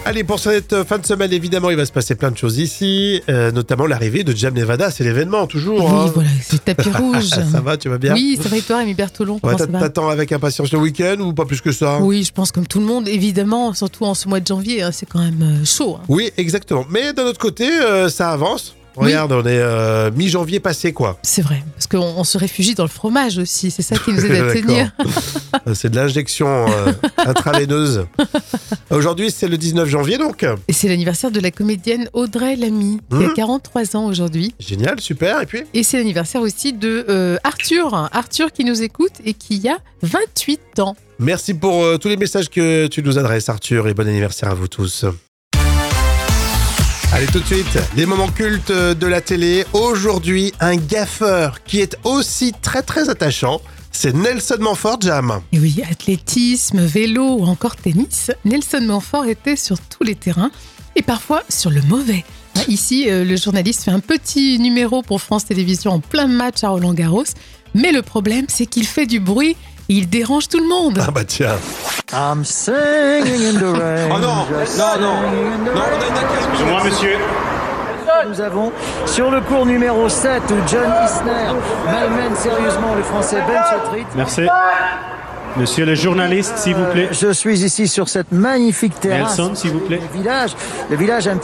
Allez, pour cette fin de semaine, évidemment, il va se passer plein de choses ici, notamment l'arrivée de Jam Nevada, c'est l'événement toujours. Oui, hein. voilà, c'est le tapis rouge. Ça va, tu vas bien? Oui, ça va et toi, Rémi Bertolon, Ouais, comment ça va? t'attends avec impatience le week-end ou pas plus que ça? Oui, je pense comme tout le monde, évidemment, surtout en ce mois de janvier, c'est quand même chaud. Oui, exactement. Mais d'un autre côté, ça avance. Regarde, on est mi-janvier passé, quoi. C'est vrai, parce qu'on se réfugie dans le fromage aussi, c'est ça qui nous aide à tenir. C'est de l'injection intraveineuse. Aujourd'hui, c'est le 19 janvier, donc. Et c'est l'anniversaire de la comédienne Audrey Lamy, qui a 43 ans aujourd'hui. Génial, super. Et puis Et c'est l'anniversaire aussi de Arthur qui nous écoute et qui a 28 ans. merci pour tous les messages que tu nous adresses, Arthur, et bon anniversaire à vous tous. Allez, tout de suite, les moments cultes de la télé. Aujourd'hui, un gaffeur qui est aussi très très attachant, c'est Nelson Montfort, Jam. Et oui, athlétisme, vélo ou encore tennis, Nelson Montfort était sur tous les terrains et parfois sur le mauvais. Ici, le journaliste fait un petit numéro pour France Télévisions en plein match à Roland-Garros, mais le problème, c'est qu'il fait du bruit et il dérange tout le monde. Ah bah tiens. I'm singing in the rain. Oh non, non, on a une accueil. Excusez-moi, monsieur. Nous avons sur le cours numéro 7 où John Isner malmène sérieusement le français Ben Chetrit. Merci. Monsieur le journaliste, s'il vous plaît. Je suis ici sur cette magnifique terrasse. Nelson, s'il vous plaît. Le village un petit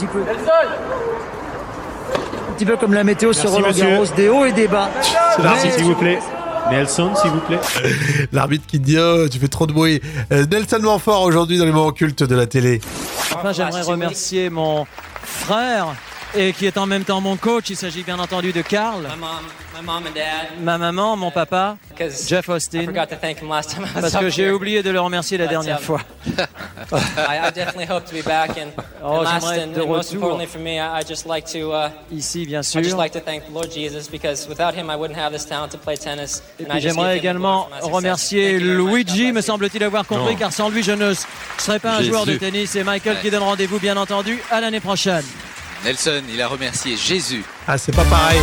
peu comme la météo sur Merci, Roland-Garros, monsieur. des hauts et des bas. Merci, s'il vous plaît. Nelson, s'il vous plaît. L'arbitre qui dit oh, tu fais trop de bruit. Nelson Montfort aujourd'hui dans les moments cultes de la télé. Enfin, j'aimerais remercier mon frère et qui est en même temps mon coach. Il s'agit bien entendu de Karl, My mom and dad, ma maman, mon papa, because Jeff I Austin, forgot to thank him last time I was parce up que j'ai here. oublié de le remercier la But, dernière fois. I definitely hope to be back, and, Oh, last j'aimerais and, être de and most retour. importantly for me, I just like to Ici, bien I sûr. just like to thank the Lord Jesus, because without him I wouldn't have this talent to play tennis. Et And puis I just j'aimerais need to thank the également Lord for my success. remercier Thank you very much. God Luigi, me bless you. semble-t-il avoir compris, car sans lui je ne serais pas un joueur de tennis. Et Michael qui donne rendez-vous, bien entendu, à l'année prochaine. Nelson, il a remercié Jésus. Ah, c'est pas pareil.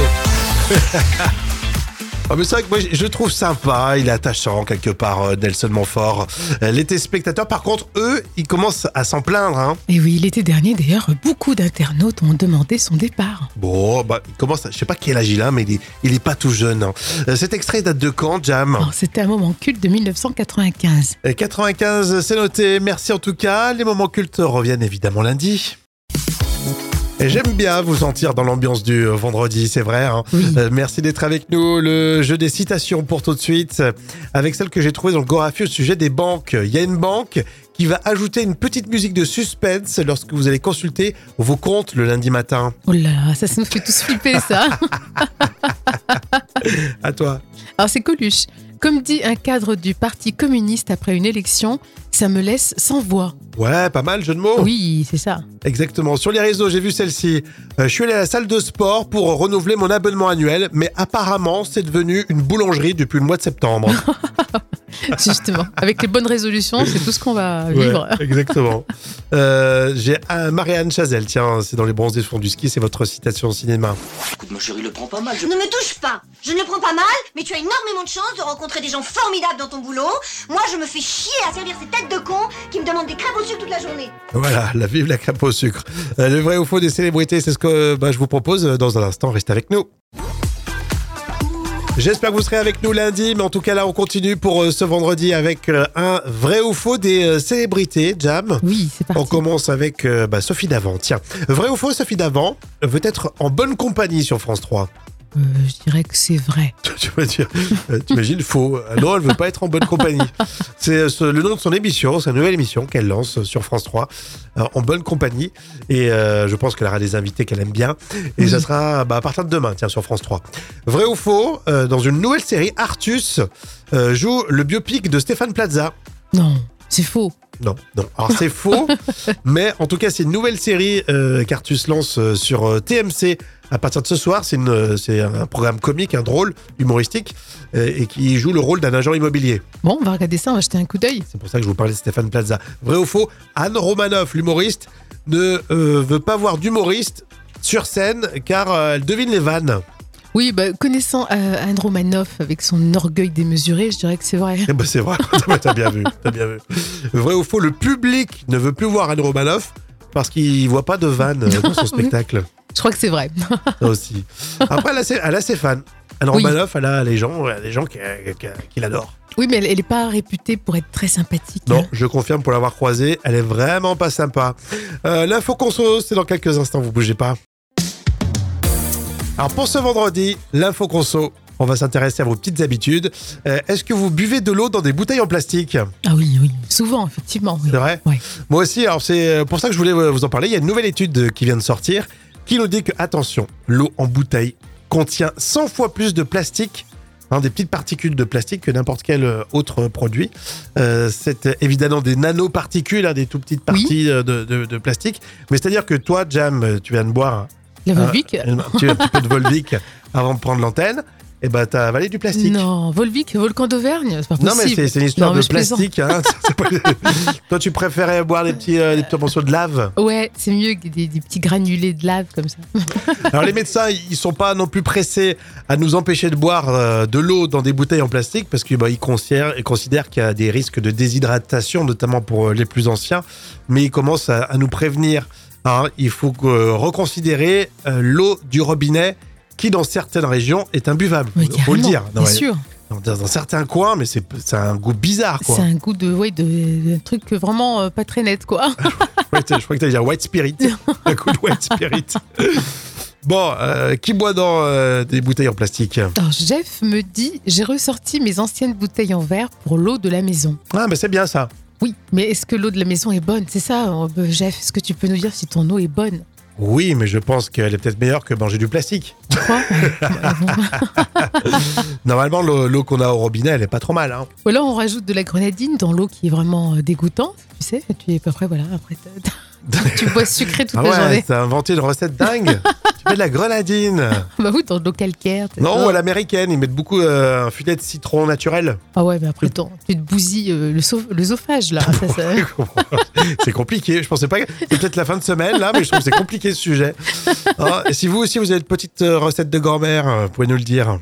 Ah, mais c'est vrai que moi je trouve sympa, il est attachant quelque part, Nelson Montfort. Les téléspectateurs, par contre, eux, ils commencent à s'en plaindre. Hein. Et oui, l'été dernier, d'ailleurs, beaucoup d'internautes ont demandé son départ. Bon, bah, il commence, je sais pas quel âge il a, mais il est pas tout jeune. Hein. Cet extrait date de quand, Jam? Alors, c'était un moment culte de 1995. 95, c'est noté. Merci en tout cas. Les moments cultes reviennent évidemment lundi. Et j'aime bien vous sentir dans l'ambiance du vendredi, c'est vrai. Hein. Oui. Merci d'être avec nous. Le jeu des citations pour tout de suite, avec celle que j'ai trouvée dans le Gorafi au sujet des banques. Il y a une banque qui va ajouter une petite musique de suspense lorsque vous allez consulter vos comptes le lundi matin. Oh là là, ça nous fait tous flipper, ça. À toi. Alors, c'est Coluche. Comme dit un cadre du Parti communiste après une élection, ça me laisse sans voix. Ouais, pas mal, jeu de mots. Oui, c'est ça. Exactement. Sur les réseaux, j'ai vu celle-ci. Je suis allé à la salle de sport pour renouveler mon abonnement annuel, mais apparemment, c'est devenu une boulangerie depuis le mois de septembre. Justement. Avec les bonnes résolutions, c'est tout ce qu'on va vivre. Ouais, exactement. J'ai Marianne Chazelle, tiens, c'est dans les bronzés de fond du ski, c'est votre citation au cinéma. Écoute, ma chérie, le prends pas mal. Ne me touche pas. Je ne le prends pas mal, mais tu as énormément de chance de rencontrer des gens formidables dans ton boulot. Moi, je me fais chier à servir ces têtes de cons qui me demandent des crêpes au sucre toute la journée. Voilà, vive la crêpe au sucre. Le vrai ou faux des célébrités, c'est ce que je vous propose dans un instant. Restez avec nous. J'espère que vous serez avec nous lundi, mais en tout cas là on continue pour ce vendredi avec un vrai ou faux des célébrités, Jam. Oui, c'est parti. On commence avec Sophie Davant. Tiens, vrai ou faux, Sophie Davant veut être en bonne compagnie sur France 3. Je dirais que c'est vrai. Tu vas dire, t'imagines, faux. Non, elle veut pas être en bonne compagnie. C'est le nom de son émission, sa nouvelle émission qu'elle lance sur France 3, en bonne compagnie. Et je pense qu'elle aura des invités qu'elle aime bien. Et ça sera à partir de demain, tiens, sur France 3. Vrai ou faux, dans une nouvelle série, Artus joue le biopic de Stéphane Plaza. Non, c'est faux. Non. Alors c'est faux, mais en tout cas c'est une nouvelle série qu'Artus lance sur TMC à partir de ce soir. C'est un programme comique, un drôle, humoristique, et qui joue le rôle d'un agent immobilier. Bon, on va regarder ça, on va jeter un coup d'œil. C'est pour ça que je vous parlais de Stéphane Plaza. Vrai ou faux, Anne Romanoff, l'humoriste, ne veut pas voir d'humoriste sur scène car elle devine les vannes. Oui, connaissant Anne Romanoff avec son orgueil démesuré, je dirais que c'est vrai. C'est vrai, t'as bien vu. Vrai ou faux, le public ne veut plus voir Anne Romanoff parce qu'il voit pas de vanne dans son spectacle. Je crois que c'est vrai. Ça aussi. Après, elle a ses fans. Anne Romanoff, elle a les gens qui l'adorent. Oui, mais elle n'est pas réputée pour être très sympathique. Non, je confirme pour l'avoir croisée, elle est vraiment pas sympa. L'info conso, c'est dans quelques instants, vous bougez pas. Alors pour ce vendredi, l'info conso, on va s'intéresser à vos petites habitudes. Est-ce que vous buvez de l'eau dans des bouteilles en plastique ? Ah oui, souvent, effectivement. Oui. C'est vrai ? Oui. Moi aussi, alors c'est pour ça que je voulais vous en parler. Il y a une nouvelle étude qui vient de sortir qui nous dit que, attention, l'eau en bouteille contient 100 fois plus de plastique, des petites particules de plastique que n'importe quel autre produit. C'est évidemment des nanoparticules, des tout petites parties de plastique. Mais c'est-à-dire que toi, Jam, tu viens de boire la Volvic. Tu as un petit peu de Volvic avant de prendre l'antenne. Et bah t'as avalé du plastique. Non, Volvic, volcan d'Auvergne, c'est pas possible. Non mais c'est une histoire de plastique. Toi tu préférais boire des petits morceaux de lave. Ouais, c'est mieux que des petits granulés de lave comme ça. Alors les médecins, ils sont pas non plus pressés à nous empêcher de boire de l'eau dans des bouteilles en plastique parce qu'ils considèrent qu'il y a des risques de déshydratation, notamment pour les plus anciens. Mais ils commencent à nous prévenir. Il faut reconsidérer l'eau du robinet qui, dans certaines régions, est imbuvable. Oui, faut le dire. Bien sûr. Dans certains coins, mais c'est un goût bizarre, quoi. C'est un goût de truc vraiment pas très net, quoi. Je crois que tu allais dire white spirit. Un goût de white spirit. Bon, qui boit dans des bouteilles en plastique ? Alors, Jeff me dit, j'ai ressorti mes anciennes bouteilles en verre pour l'eau de la maison. Ah, mais c'est bien ça. Oui, mais est-ce que l'eau de la maison est bonne ? C'est ça, Jeff, est-ce que tu peux nous dire si ton eau est bonne ? Oui, mais je pense qu'elle est peut-être meilleure que manger du plastique. Tu crois ? Normalement, l'eau qu'on a au robinet, elle est pas trop mal. Ou alors on rajoute de la grenadine dans l'eau qui est vraiment dégoûtante, tu sais. Tu es à peu près, après tu bois sucré toute la journée. T'as inventé une recette dingue. Tu mets de la grenadine. Bah oui, dans de l'eau calcaire. Non, ou à l'américaine, ils mettent beaucoup un filet de citron naturel. Ah ouais, mais après, tu te bousilles l'œsophage, là. C'est compliqué. Je pensais pas que c'est peut-être la fin de semaine, là, mais je trouve que c'est compliqué ce sujet. Et si vous aussi, vous avez une petite recette de grand-mère, vous pouvez nous le dire.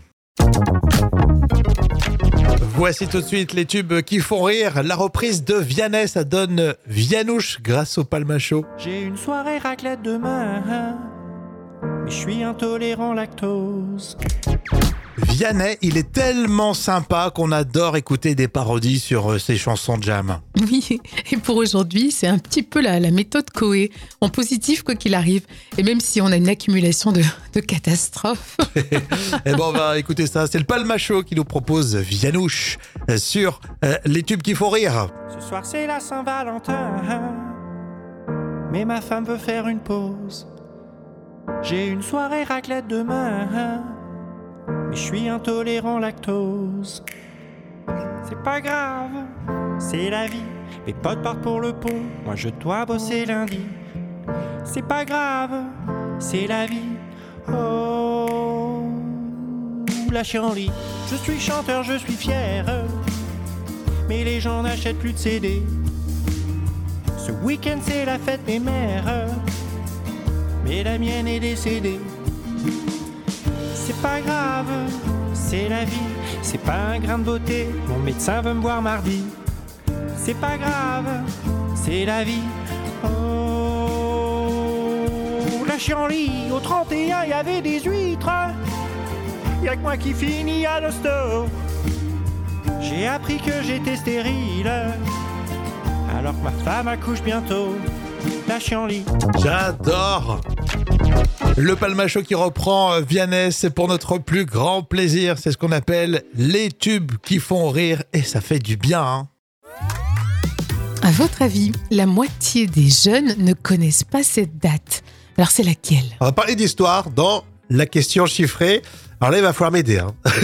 Voici tout de suite les tubes qui font rire. La reprise de Vianney, ça donne Vianouche grâce au Palmachot. J'ai une soirée raclette demain, mais je suis intolérant lactose. Vianney, il est tellement sympa qu'on adore écouter des parodies sur ses chansons de Jam. Oui, et pour aujourd'hui, c'est un petit peu la méthode Coé, en positif quoi qu'il arrive, et même si on a une accumulation de catastrophes. Et bon, on va écouter ça, c'est le Palmachot qui nous propose Vianouche sur les tubes qui font rire. Ce soir c'est la Saint-Valentin, mais ma femme veut faire une pause. J'ai une soirée raclette demain, mais je suis intolérant lactose. C'est pas grave, c'est la vie. Mes potes partent pour le pont, moi je dois bosser lundi. C'est pas grave, c'est la vie. Oh, la chienlit. Je suis chanteur, je suis fier, mais les gens n'achètent plus de CD. Ce week-end c'est la fête des mères, mais la mienne est décédée. C'est pas grave, c'est la vie. C'est pas un grain de beauté, mon médecin veut me voir mardi. C'est pas grave, c'est la vie. Oh, la chienlit, au 31 y avait des huîtres. Y'a que moi qui finis à l'hosto. J'ai appris que j'étais stérile, alors que ma femme accouche bientôt. La chienlit. J'adore. Le Palmachot qui reprend Vianney, c'est pour notre plus grand plaisir. C'est ce qu'on appelle les tubes qui font rire et ça fait du bien. À votre avis, la moitié des jeunes ne connaissent pas cette date. Alors c'est laquelle ? On va parler d'histoire dans la question chiffrée. Alors là, il va falloir m'aider.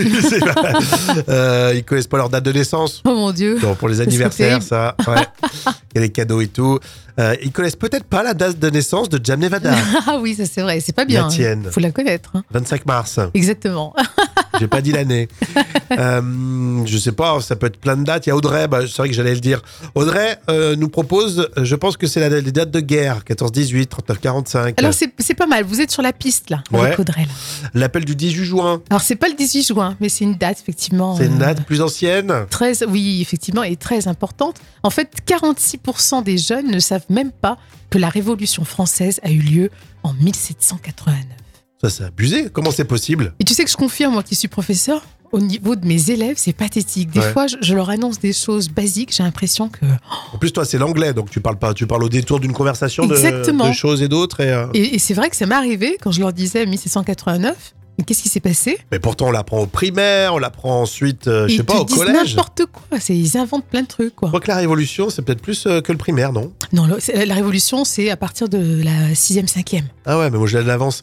Ils connaissent pas leur date de naissance. Oh mon Dieu. Donc, pour les anniversaires, ça. Ouais. Il y a des cadeaux et tout. Ils connaissent peut-être pas la date de naissance de Jam Nevada. Ah oui, ça c'est vrai. C'est pas bien. La tienne. Faut la connaître. 25 mars. Exactement. J'ai pas dit l'année. Je sais pas, ça peut être plein de dates. Il y a Audrey, c'est vrai que j'allais le dire. Audrey nous propose, je pense que c'est les dates de guerre, 14-18, 39-45. Alors c'est pas mal, vous êtes sur la piste là, avec Audrey. Là. L'appel du 18 juin. Alors c'est pas le 18 juin, mais c'est une date effectivement. C'est une date plus ancienne. Oui, effectivement, et très importante. En fait, 46% des jeunes ne savent même pas que la Révolution française a eu lieu en 1789. Ça, c'est abusé. Comment c'est possible? Et tu sais que je confirme, moi qui suis professeur, au niveau de mes élèves, c'est pathétique. Des fois, je leur annonce des choses basiques, j'ai l'impression que... En plus, toi, c'est l'anglais, donc tu parles au détour d'une conversation de choses et d'autres. Et c'est vrai que ça m'est arrivé quand je leur disais 1789. Mais qu'est-ce qui s'est passé? Mais pourtant, on l'apprend au primaire, on l'apprend ensuite, au collège. N'importe quoi, ils inventent plein de trucs. Je crois que la Révolution, c'est peut-être plus que le primaire, non? Non, la Révolution, c'est à partir de la 6e, 5e. Ah ouais, mais moi, j'ai de l'avance.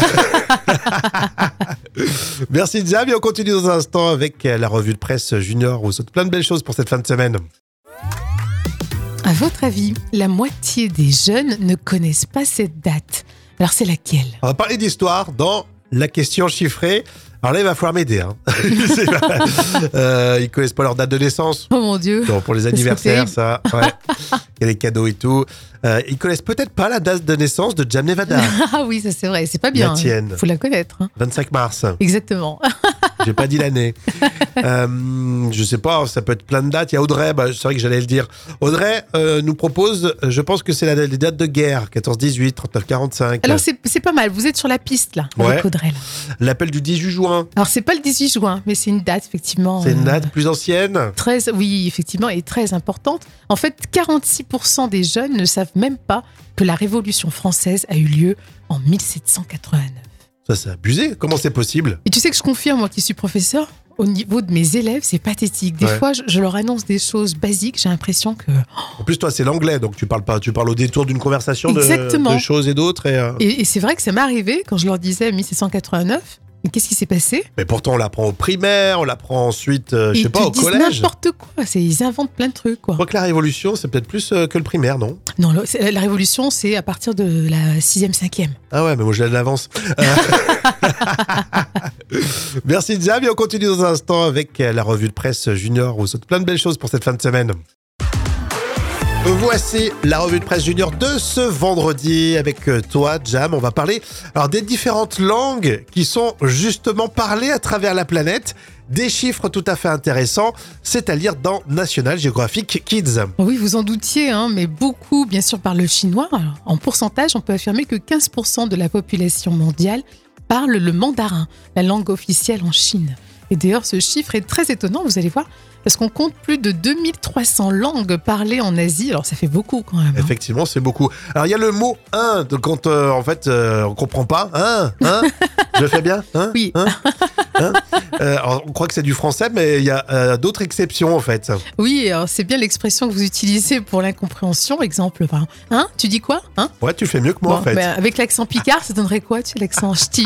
Merci, Jam. Et on continue dans un instant avec la revue de presse junior. On saute plein de belles choses pour cette fin de semaine. À votre avis, la moitié des jeunes ne connaissent pas cette date. Alors, c'est laquelle? On va parler d'histoire dans la question chiffrée. Alors là, il va falloir m'aider. Ils connaissent pas leur date de naissance. Oh mon Dieu. Donc pour les anniversaires, ça. Ouais. Il y a des cadeaux et tout. Ils connaissent peut-être pas la date de naissance de Jam Nevada. Ah oui, ça c'est vrai. C'est pas bien. La tienne. Faut la connaître. 25 mars. Exactement. J'ai pas dit l'année. Je sais pas, ça peut être plein de dates. Il y a Audrey, c'est vrai que j'allais le dire. Audrey nous propose, je pense que c'est les dates de guerre, 14-18, 39-45. Alors c'est pas mal, vous êtes sur la piste là, avec Audrey. Là. L'appel du 18 juin. Alors c'est pas le 18 juin, mais c'est une date effectivement. C'est une date plus ancienne. Oui, effectivement, et très importante. En fait, 46% des jeunes ne savent même pas que la Révolution française a eu lieu en 1789. Ça, c'est abusé. Comment c'est possible? Et tu sais que je confirme, moi qui suis professeur, au niveau de mes élèves, c'est pathétique. Des fois, je leur annonce des choses basiques, j'ai l'impression que... En plus, toi, c'est l'anglais, donc tu parles au détour d'une conversation de choses et d'autres. Et c'est vrai que ça m'est arrivé quand je leur disais 1789. Mais qu'est-ce qui s'est passé? Mais pourtant, on l'apprend au primaire, on l'apprend ensuite, au collège. N'importe quoi, ils inventent plein de trucs. Je crois que la Révolution, c'est peut-être plus que le primaire, non? Non, la Révolution, c'est à partir de la 6e, 5e. Ah ouais, mais moi j'ai de l'avance. Merci, Jam. Et on continue dans un instant avec la revue de presse junior. On saute plein de belles choses pour cette fin de semaine. Voici la revue de presse junior de ce vendredi avec toi, Jam. On va parler des différentes langues qui sont justement parlées à travers la planète. Des chiffres tout à fait intéressants, c'est à lire dans National Geographic Kids. Oui, vous en doutiez, mais beaucoup, bien sûr, parlent le chinois. Alors, en pourcentage, on peut affirmer que 15% de la population mondiale parle le mandarin, la langue officielle en Chine. Et d'ailleurs, ce chiffre est très étonnant, vous allez voir, parce qu'on compte plus de 2300 langues parlées en Asie. Alors, ça fait beaucoup quand même. Effectivement, c'est beaucoup. Alors, il y a le mot « hein », quand on comprend pas. « Hein » Je le fais bien? Oui. Alors, on croit que c'est du français, mais il y a d'autres exceptions, en fait. Oui, alors c'est bien l'expression que vous utilisez pour l'incompréhension. Exemple, tu dis quoi? Ouais, tu fais mieux que moi, en fait. Avec l'accent picard, ça donnerait quoi? Tu sais, l'accent ch'ti,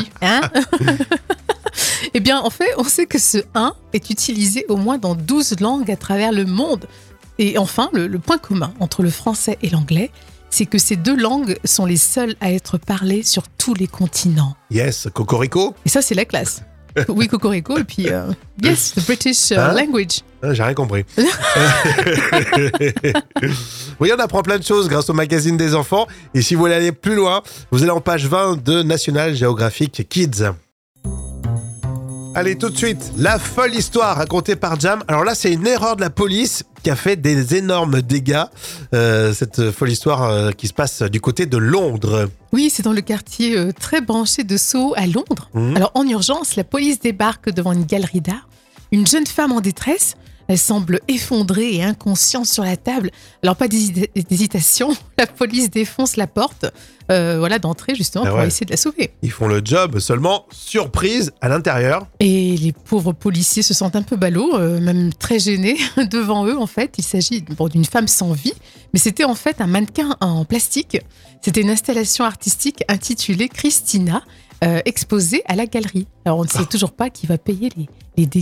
Eh bien, en fait, on sait que ce « hein » est utilisé au moins dans 12 langues à travers le monde. Et enfin, le point commun entre le français et l'anglais, c'est que ces deux langues sont les seules à être parlées sur tous les continents. Yes, cocorico. Et ça, c'est la classe. Oui, cocorico, et puis yes, the British language. J'ai rien compris. Oui, on apprend plein de choses grâce au magazine des enfants. Et si vous voulez aller plus loin, vous allez en page 20 de National Geographic Kids. Allez, tout de suite, la folle histoire racontée par Jam. Alors là, c'est une erreur de la police qui a fait des énormes dégâts. Cette folle histoire qui se passe du côté de Londres. Oui, c'est dans le quartier très branché de Soho à Londres. Alors, en urgence, la police débarque devant une galerie d'art. Une jeune femme en détresse. Elle semble effondrée et inconsciente sur la table. Alors, pas d'hésitation, la police défonce la porte d'entrée justement pour essayer de la sauver. Ils font le job, seulement surprise à l'intérieur. Et les pauvres policiers se sentent un peu ballots, même très gênés devant eux en fait. Il s'agit d'une femme sans vie, mais c'était en fait un mannequin en plastique. C'était une installation artistique intitulée Christina, exposée à la galerie. Alors on ne sait toujours pas qui va payer les dégâts.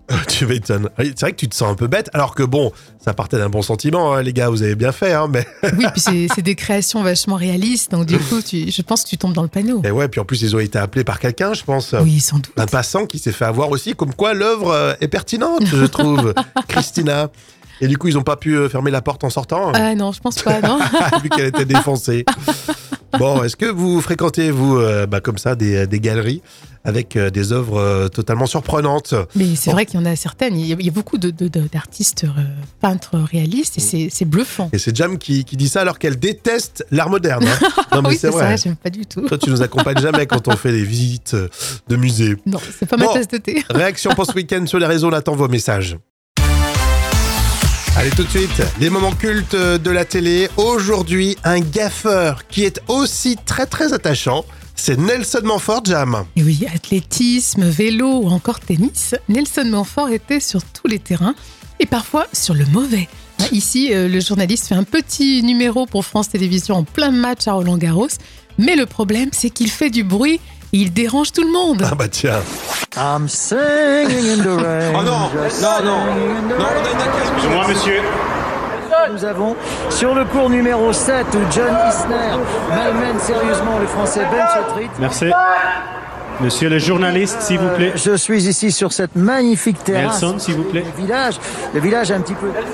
Tu m'étonnes. C'est vrai que tu te sens un peu bête, alors que bon, ça partait d'un bon sentiment, hein, les gars, vous avez bien fait, hein, mais... Oui, puis c'est des créations vachement réalistes, donc du coup, je pense que tu tombes dans le panneau. Et ouais, puis en plus, ils ont été appelés par quelqu'un, je pense. Oui, sans doute. Un passant qui s'est fait avoir aussi, comme quoi l'œuvre est pertinente, je trouve, Christina. Et du coup, ils n'ont pas pu fermer la porte en sortant. Ah non, je pense pas, non. Vu qu'elle était défoncée. Bon, est-ce que vous fréquentez, vous, comme ça, des galeries avec des œuvres totalement surprenantes? Mais c'est vrai qu'il y en a certaines. Il y a beaucoup d'artistes peintres réalistes et c'est bluffant. Et c'est Jam qui dit ça alors qu'elle déteste l'art moderne. Hein. Non, mais oui, c'est vrai. Ça, j'aime pas du tout. Toi, tu nous accompagnes jamais quand on fait des visites de musées. Non, c'est pas ma tasse de thé. Réaction post-week-end sur les réseaux, on attend vos messages. Allez, tout de suite, les moments cultes de la télé. Aujourd'hui, un gaffeur qui est aussi très très attachant, c'est Nelson Montfort, Jam. Et oui, athlétisme, vélo ou encore tennis, Nelson Montfort était sur tous les terrains et parfois sur le mauvais. Ici, le journaliste fait un petit numéro pour France Télévisions en plein match à Roland-Garros, mais le problème, c'est qu'il fait du bruit et il dérange tout le monde. Ah bah tiens. I'm singing in the rain. Oh non, non, Excusez-moi, monsieur. Nous avons sur le cours numéro 7 John Isner malmène sérieusement le français Ben Chetrit. Merci. Monsieur le journaliste, s'il vous plaît. Je suis ici sur cette magnifique terrasse. Nelson, s'il vous plaît. Le village un petit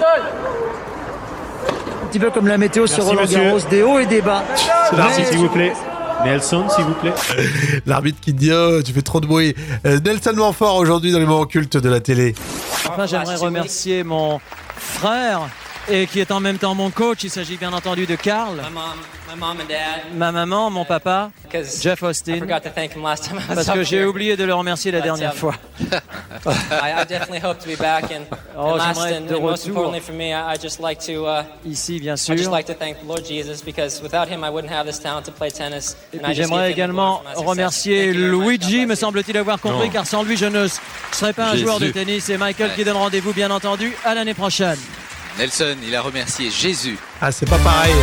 peu comme la météo sur Roland-Garros, des hauts et des bas. Merci, s'il vous plaît. Nelson, s'il vous plaît. L'arbitre qui dit oh, tu fais trop de bruit. Nelson Montfort aujourd'hui dans les moments cultes de la télé. Enfin, j'aimerais remercier mon frère et qui est en même temps mon coach. Il s'agit bien entendu de Karl. My mom and dad. Ma maman, mon papa, Jeff I Austin. forgot to thank him last time I was Parce up que j'ai here. oublié de le remercier la But, dernière fois. I definitely hope to be back and last j'aimerais être and de most retour. importantly for me, I just like to Ici, bien I just sûr. like to thank the Lord Jesus because without him I wouldn't have this talent to play tennis. Et And I puis just j'aimerais need to thank the également Lord for my success. remercier Thank you very much. God Luigi, bless me you. semble-t-il avoir compris, car sans lui je ne serais pas un joueur de tennis. Et Michael qui donne rendez-vous bien entendu à l'année prochaine. Nelson, il a remercié Jésus. Ah, c'est pas pareil.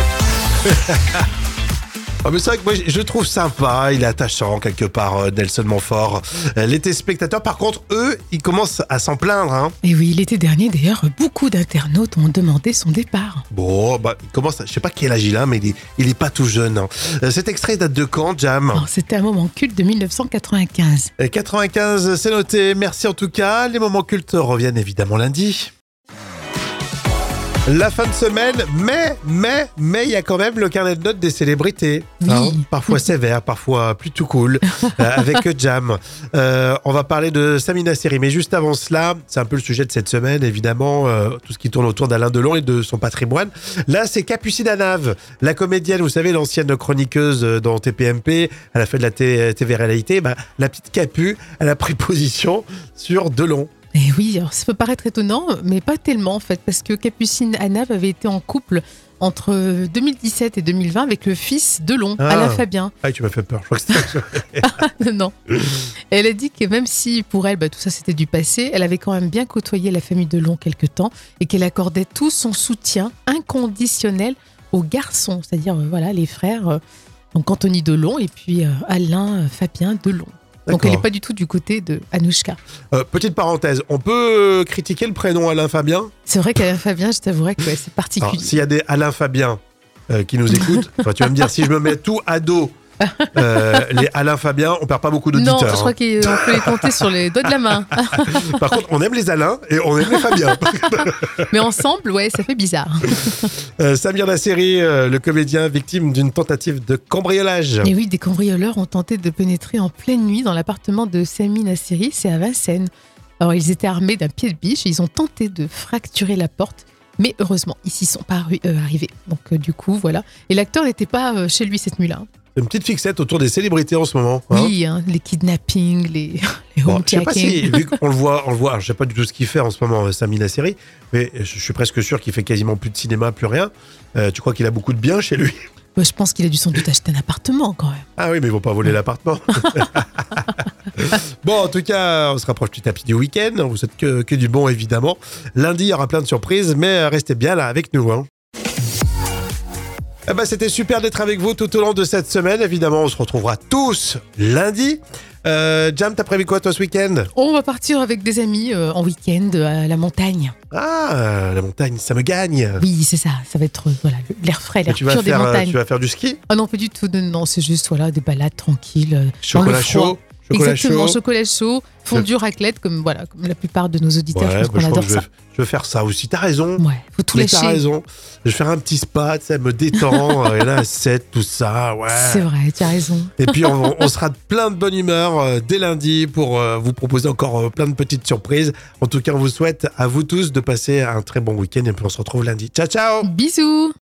Ah, mais c'est vrai que moi je trouve sympa, il est attachant quelque part, Nelson Montfort. Les téléspectateurs, par contre, eux, ils commencent à s'en plaindre. Hein. Et oui, l'été dernier, d'ailleurs, beaucoup d'internautes ont demandé son départ. Bon, il commence, je sais pas quel âge il a, mais il est pas tout jeune. Hein. Cet extrait date de quand, Jam? Alors, c'était un moment culte de 1995. 95, c'est noté. Merci en tout cas. Les moments cultes reviennent évidemment lundi. La fin de semaine, mais il y a quand même le carnet de notes des célébrités. Oui. Hein, parfois sévère, parfois plutôt cool, avec Jam. On va parler de Samina Seri, mais juste avant cela, c'est un peu le sujet de cette semaine, évidemment, tout ce qui tourne autour d'Alain Delon et de son patrimoine. Là, c'est Capucine Anav, la comédienne, vous savez, l'ancienne chroniqueuse dans TPMP, à la fin de la TV-réalité. La petite Capu, elle a pris position sur Delon. Et oui, alors ça peut paraître étonnant, mais pas tellement en fait, parce que Capucine Anav avait été en couple entre 2017 et 2020 avec le fils Delon, Alain Fabien. Ah, tu m'as fait peur, je crois que c'était... Non. Elle a dit que même si pour elle, tout ça c'était du passé, elle avait quand même bien côtoyé la famille Delon quelque temps et qu'elle accordait tout son soutien inconditionnel aux garçons, c'est-à-dire les frères, donc Anthony Delon et puis Alain Fabien Delon. Donc elle n'est pas du tout du côté de Anouchka. Petite parenthèse, on peut critiquer le prénom Alain Fabien? C'est vrai qu'Alain Fabien, je t'avouerais que c'est particulier. Alors, s'il y a des Alain Fabien qui nous écoutent, tu vas me dire, si je me mets tout à dos, les Alain Fabien, on perd pas beaucoup d'auditeurs. Non, je crois qu'on peut les compter sur les doigts de la main. Par contre, on aime les Alain et on aime les Fabien. Mais ensemble, ça fait bizarre. Samir Nasseri, le comédien victime d'une tentative de cambriolage. Et oui, des cambrioleurs ont tenté de pénétrer en pleine nuit dans l'appartement de Samir Nasseri, c'est à Vincennes. Alors, ils étaient armés d'un pied de biche et ils ont tenté de fracturer la porte. Mais heureusement, ils s'y sont pas arrivés. Donc, du coup, voilà. Et l'acteur n'était pas chez lui cette nuit-là. Une petite fixette autour des célébrités en ce moment. Hein. Oui, les kidnappings, les home je sais pas si, vu qu'on le voit, je sais pas du tout ce qu'il fait en ce moment, Samir Nasseri, mais je suis presque sûr qu'il fait quasiment plus de cinéma, plus rien. Tu crois qu'il a beaucoup de biens chez lui? Je pense qu'il a dû sans doute acheter un appartement quand même. Ah oui, mais ils vont pas voler l'appartement. Bon, en tout cas, on se rapproche petit à petit du week-end. On vous souhaite que du bon, évidemment. Lundi, il y aura plein de surprises, mais restez bien là avec nous. Hein. C'était super d'être avec vous tout au long de cette semaine. Évidemment, on se retrouvera tous lundi. Jam, t'as prévu quoi toi ce week-end ? On va partir avec des amis en week-end à la montagne. Ah, la montagne, ça me gagne. Oui, c'est ça. Ça va être l'air frais, l'air pur des montagnes. Tu vas faire du ski ? Ah non, pas du tout. Non, c'est juste des balades tranquilles. Chocolat chaud. Exactement, chocolat chaud, fondue, raclette, comme la plupart de nos auditeurs. Je pense qu'on adore ça. Je veux faire ça aussi. T'as raison. Ouais, faut tout lâcher. T'as raison. Je vais faire un petit spa, tu sais, me détend. Et là, 7, tout ça. Ouais. C'est vrai, tu as raison. Et puis, on sera plein de bonne humeur dès lundi pour vous proposer encore plein de petites surprises. En tout cas, on vous souhaite à vous tous de passer un très bon week-end. Et puis, on se retrouve lundi. Ciao, ciao. Bisous.